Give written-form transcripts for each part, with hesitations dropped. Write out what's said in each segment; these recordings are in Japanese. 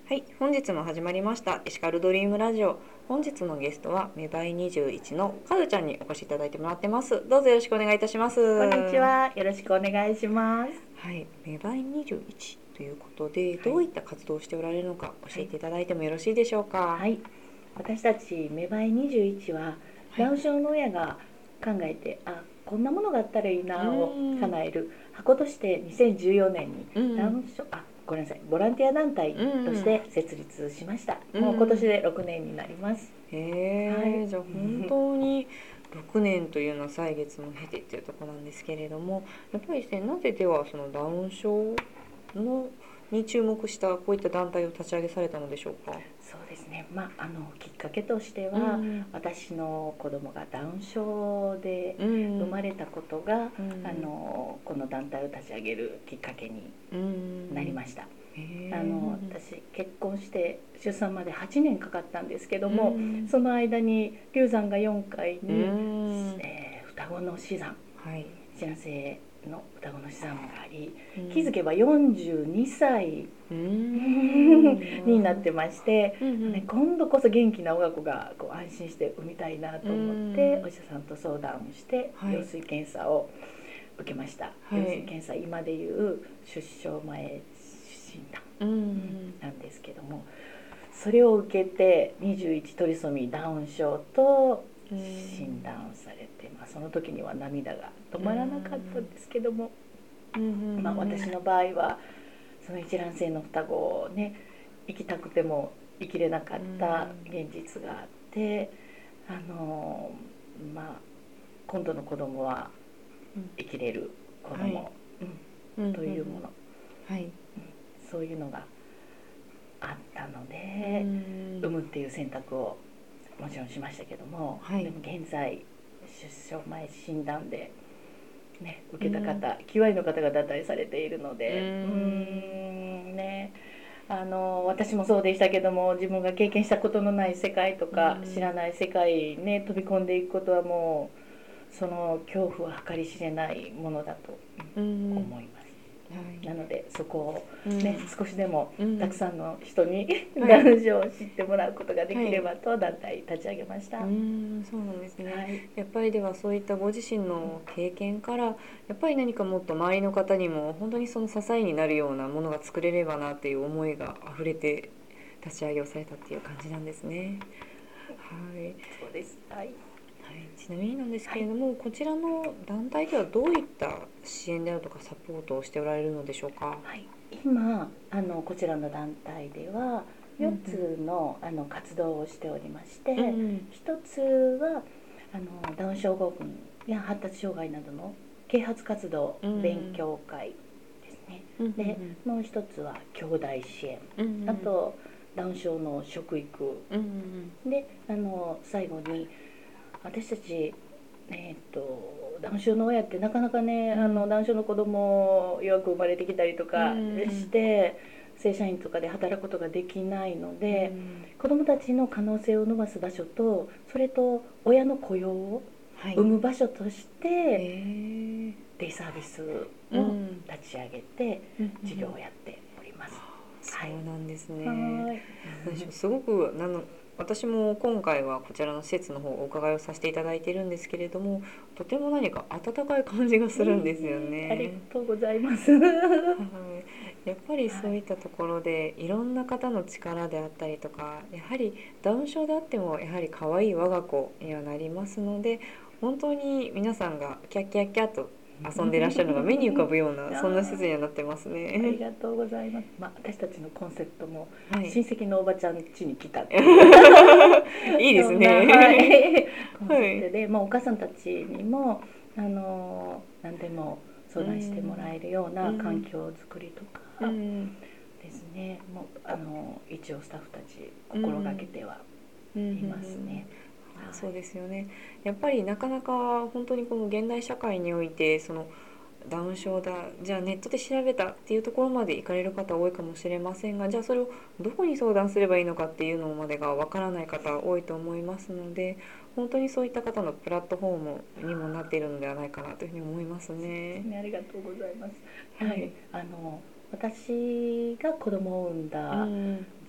はい、本日も始まりましたエシカルドリームラジオ。本日のゲストは芽生え21のかずちゃんにお越しいただいてもらってます。どうぞよろしくお願いいたします。 こんにちは、よろしくお願いします。 はい、芽生え21ということで、 はい、 どういった活動をしておられるのか教えていただいてもよろしいでしょうか。 はい、私たち芽生え21は、ダウン症の親が考えて、こんなものがあったらいいなを叶える箱として2014年にダウン症、ごめんなさい、ボランティア団体として設立しました。もう今年で6年になります。 じゃあ本当に6年というのは歳月も経てっていうところなんですけれども、やっぱりですね、なぜではそのダウン症に注目したこういった団体を立ち上げされたのでしょうか。 そうですね、きっかけとしては、私の子供がダウン症で生まれたことが、この団体を立ち上げるきっかけになりました。私結婚して出産まで8年かかったんですけども、その間に流産が4回に、双子の死産、一卵性の双子の死産があり、気づけば42歳になってまして、今度こそ元気な我が子が安心して産みたいなと思って、お医者さんと相談をして羊水検査を受けました。羊水検査、今でいう出生前診断なんですけども、それを受けて21トリソミーダウン症と診断されて、その時には涙が止まらなかったんですけども、私の場合はその一卵性の双子をね、生きたくても生きれなかった現実があって、今度の子供は生きれる子供、というもの、そういうのがあったので、産むっていう選択をもちろんしましたけども、でも現在出生前診断で、受けた方、9割の方が堕胎されているので、私もそうでしたけども、自分が経験したことのない世界とか、知らない世界に、飛び込んでいくことはもうその恐怖は計り知れないものだと思います。なのでそこを、少しでもたくさんの人にダウン症を知ってもらうことができればと団体立ち上げました。 そうなんですね。やっぱりではそういったご自身の経験から、やっぱり何かもっと周りの方にも本当にその支えになるようなものが作れればなっていう思いがあふれて立ち上げをされたっていう感じなんですね。 そうです。 ちなみになんですけれども、こちらの団体ではどういった支援であるとかサポートをしておられるのでしょうか。 今こちらの団体では4つの、活動をしておりまして、1つはダウン症候群や発達障害などの啓発活動、勉強会ですね。でもう1つは兄弟支援、あとダウン症の食育、で最後に私たち、ダウン症の親ってなかなかね、ダウン症の子供弱く生まれてきたりとかして、正社員とかで働くことができないので、子供たちの可能性を伸ばす場所と、それと親の雇用を生む場所として、デイサービスを立ち上げて授業をやっております。 そうなんですね。すごく私も今回はこちらの施設の方お伺いをさせていただいているんですけれども、とても何か温かい感じがするんですよね。 ありがとうございますやっぱりそういったところでいろんな方の力であったりとか、やはりダウン症であってもやはり可愛い我が子にはなりますので、本当に皆さんがキャッキャッキャッと遊んでいらっしゃるのが目に浮かぶようなそんな施設にはなってますね。 ありがとうございます。私たちのコンセプトも、親戚のおばちゃん家に来たっていういいですね。 コンセプトで、お母さんたちにも何でも相談してもらえるような環境づくりとかですね、もう一応スタッフたち心がけてはいますね。 そうですよね。やっぱりなかなか本当にこの現代社会において、そのダウン症だ、じゃあネットで調べたっていうところまで行かれる方多いかもしれませんが、じゃあそれをどこに相談すればいいのかっていうのまでがわからない方多いと思いますので、本当にそういった方のプラットフォームにもなっているのではないかなというふうに思いますね。 ありがとうございます。私が子供を産んだ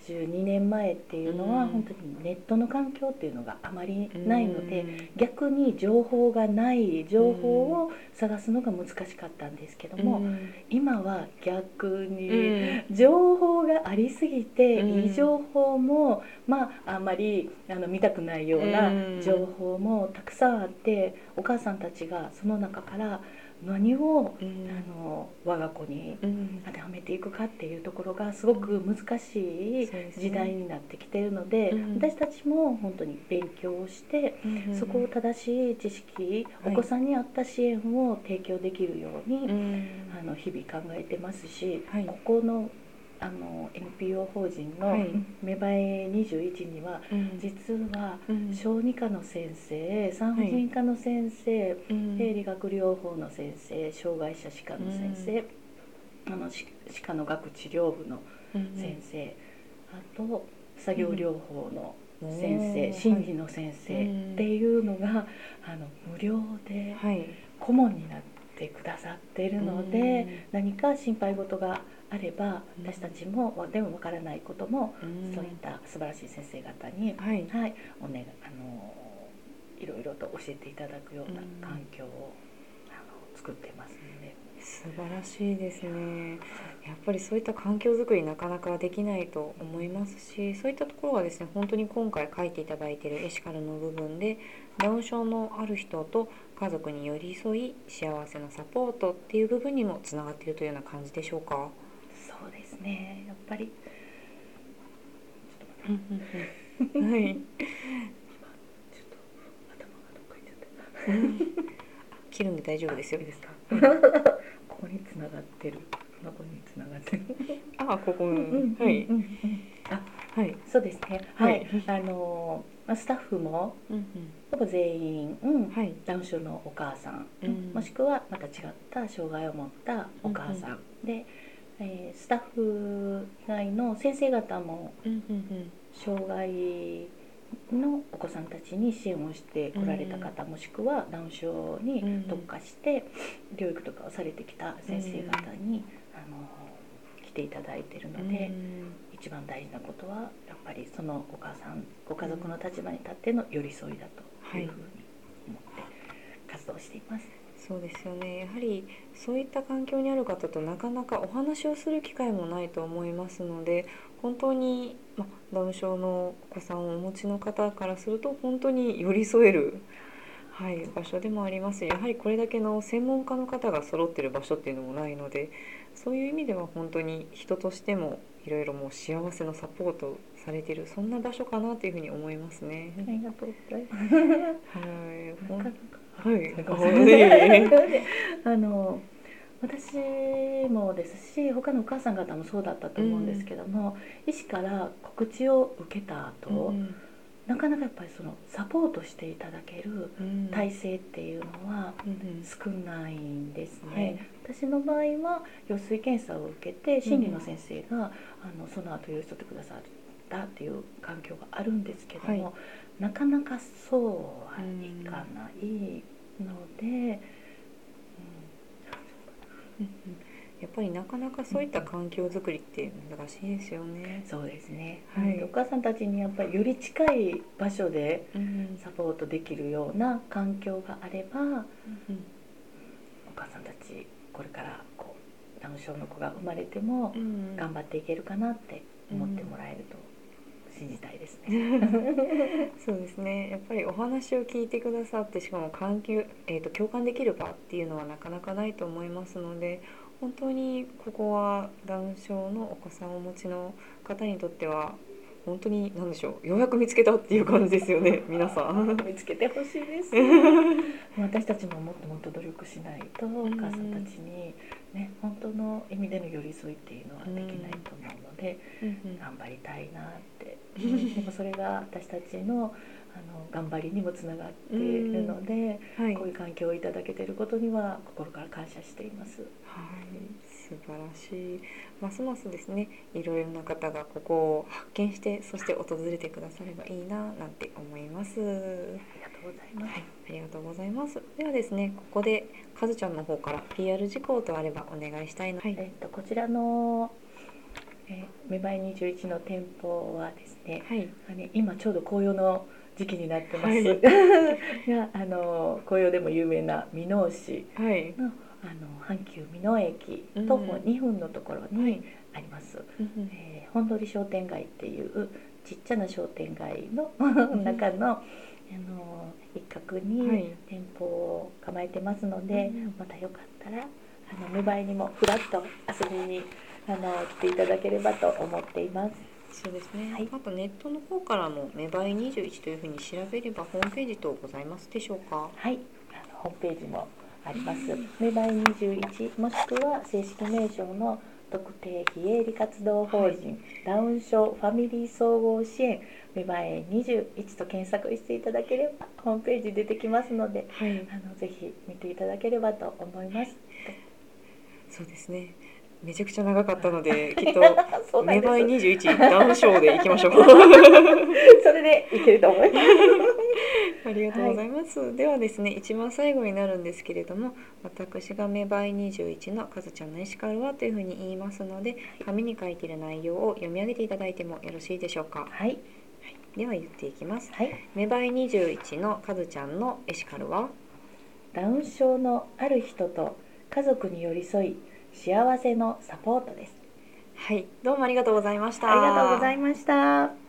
12年前っていうのは本当にネットの環境っていうのがあまりないので、逆に情報がない情報を探すのが難しかったんですけども、今は逆に情報がありすぎて、いい情報もあんまり見たくないような情報もたくさんあって、お母さんたちがその中から何を、我が子に当てはめていくかっていうところがすごく難しい時代になってきているので、私たちも本当に勉強をして、そこを正しい知識、お子さんに合った支援を提供できるように、日々考えてますし、ここのNPO 法人の芽生え21には、実は小児科の先生、産婦人科の先生、理学療法の先生、障害者歯科の先生、歯科の学治療部の先生、あと作業療法の先生、心理の先生っていうのが無料で顧問になってくださっているので、何か心配事があれば私たちもでもわからないことも、そういった素晴らしい先生方に、いろいろと教えていただくような環境を作っていますので。 素晴らしいですね。やっぱりそういった環境づくりなかなかできないと思いますし、そういったところはですね、本当に今回書いていただいているエシカルの部分で、ダウン症のある人と家族に寄り添い幸せのサポートっていう部分にもつながっているというような感じでしょうか。 そうですね、やっぱりはい。 ちょっと頭がどっか行っちゃった切るんで大丈夫ですよ。 いいですかここに繋がってる、ここに繋がってるここ、はい、 そうですね、スタッフもほぼ全員、ダウン症のお母さん、もしくはまた違った障害を持ったお母さんで、スタッフ以外の先生方も障害のお子さんたちに支援をしてこられた方、もしくはダウン症に特化して療育とかをされてきた先生方に来ていただいているので、一番大事なことはやっぱりそのお母さんご家族の立場に立っての寄り添いだというふうに思って活動しています。 そうですよね。やはりそういった環境にある方となかなかお話をする機会もないと思いますので、本当に、ダウン症のお子さんをお持ちの方からすると本当に寄り添える、場所でもあります。やはりこれだけの専門家の方が揃ってる場所っていうのもないので、そういう意味では本当に人としてもいろいろもう幸せのサポートされている、そんな場所かなというふうに思いますね。 ありがとうございます私もですし、他のお母さん方もそうだったと思うんですけども、医師から告知を受けた後、なかなかやっぱりそのサポートしていただける体制っていうのは少ないんですね。私の場合は羊水検査を受けて心理の先生がその後寄り添ってくださったっていう環境があるんですけども、なかなかそうはいかないので、 やっぱりなかなかそういった環境づくりって難しいですよね。 そうですね、お母さんたちにやっぱりより近い場所でサポートできるような環境があれば、お母さんたちこれからダウン症の子が生まれても頑張っていけるかなって思ってもらえると信じたいですね。 そうですね。やっぱりお話を聞いてくださって、しかも共感できる場っていうのはなかなかないと思いますので、本当にここはダウン症のお子さんをお持ちの方にとっては本当に何でしょう、ようやく見つけたっていう感じですよね。皆さん見つけてほしいです私たちももっともっと努力しないと、お母さんたちにね、本当の意味での寄り添いっていうのはできないと思うので、頑張りたいなってでもそれが私たちの頑張りにもつながっているので、こういう環境をいただけていることには心から感謝しています。 素晴らしい。ますますですね、いろいろな方がここを発見して、そして訪れてくださればいいななんて思います。ありがとうございます。 ありがとうございます。ではですね、ここでかずちゃんの方から PR 事項とあればお願いしたいの。 こちらの芽生え21の店舗はですね、 はい、 今ちょうど紅葉の時期になってます、 はいが紅葉でも有名な箕面市はい、 の、阪急箕面駅徒歩2分のところにあります、本通商店街っていうちっちゃな商店街の中の、一角に店舗を構えてますので、またよかったら芽生えにもふらっと遊びに来ていただければと思っています。 そうですね、 はい、 あとネットの方からも芽生え21というふうに調べればホームページ等ございますでしょうか。 はい、ホームページもあります。芽生え21もしくは正式名称の特定非営利活動法人、ダウン症ファミリー総合支援芽生え21と検索していただければホームページ出てきますので、ぜひ見ていただければと思います。 そうですね、めちゃくちゃ長かったのできっと芽生え21ダウンショーでいきましょうそれでいけると思いますありがとうございます、ではですね、一番最後になるんですけれども、私が芽生え21のかずちゃんのエシカルはというふうに言いますので、紙に書いている内容を読み上げていただいてもよろしいでしょうか。 はい、 では言っていきます。 はい、 芽生え21のかずちゃんのエシカルは、 ダウン症のある人と家族に寄り添い幸せのサポートです。 はい、どうもありがとうございました。 ありがとうございました。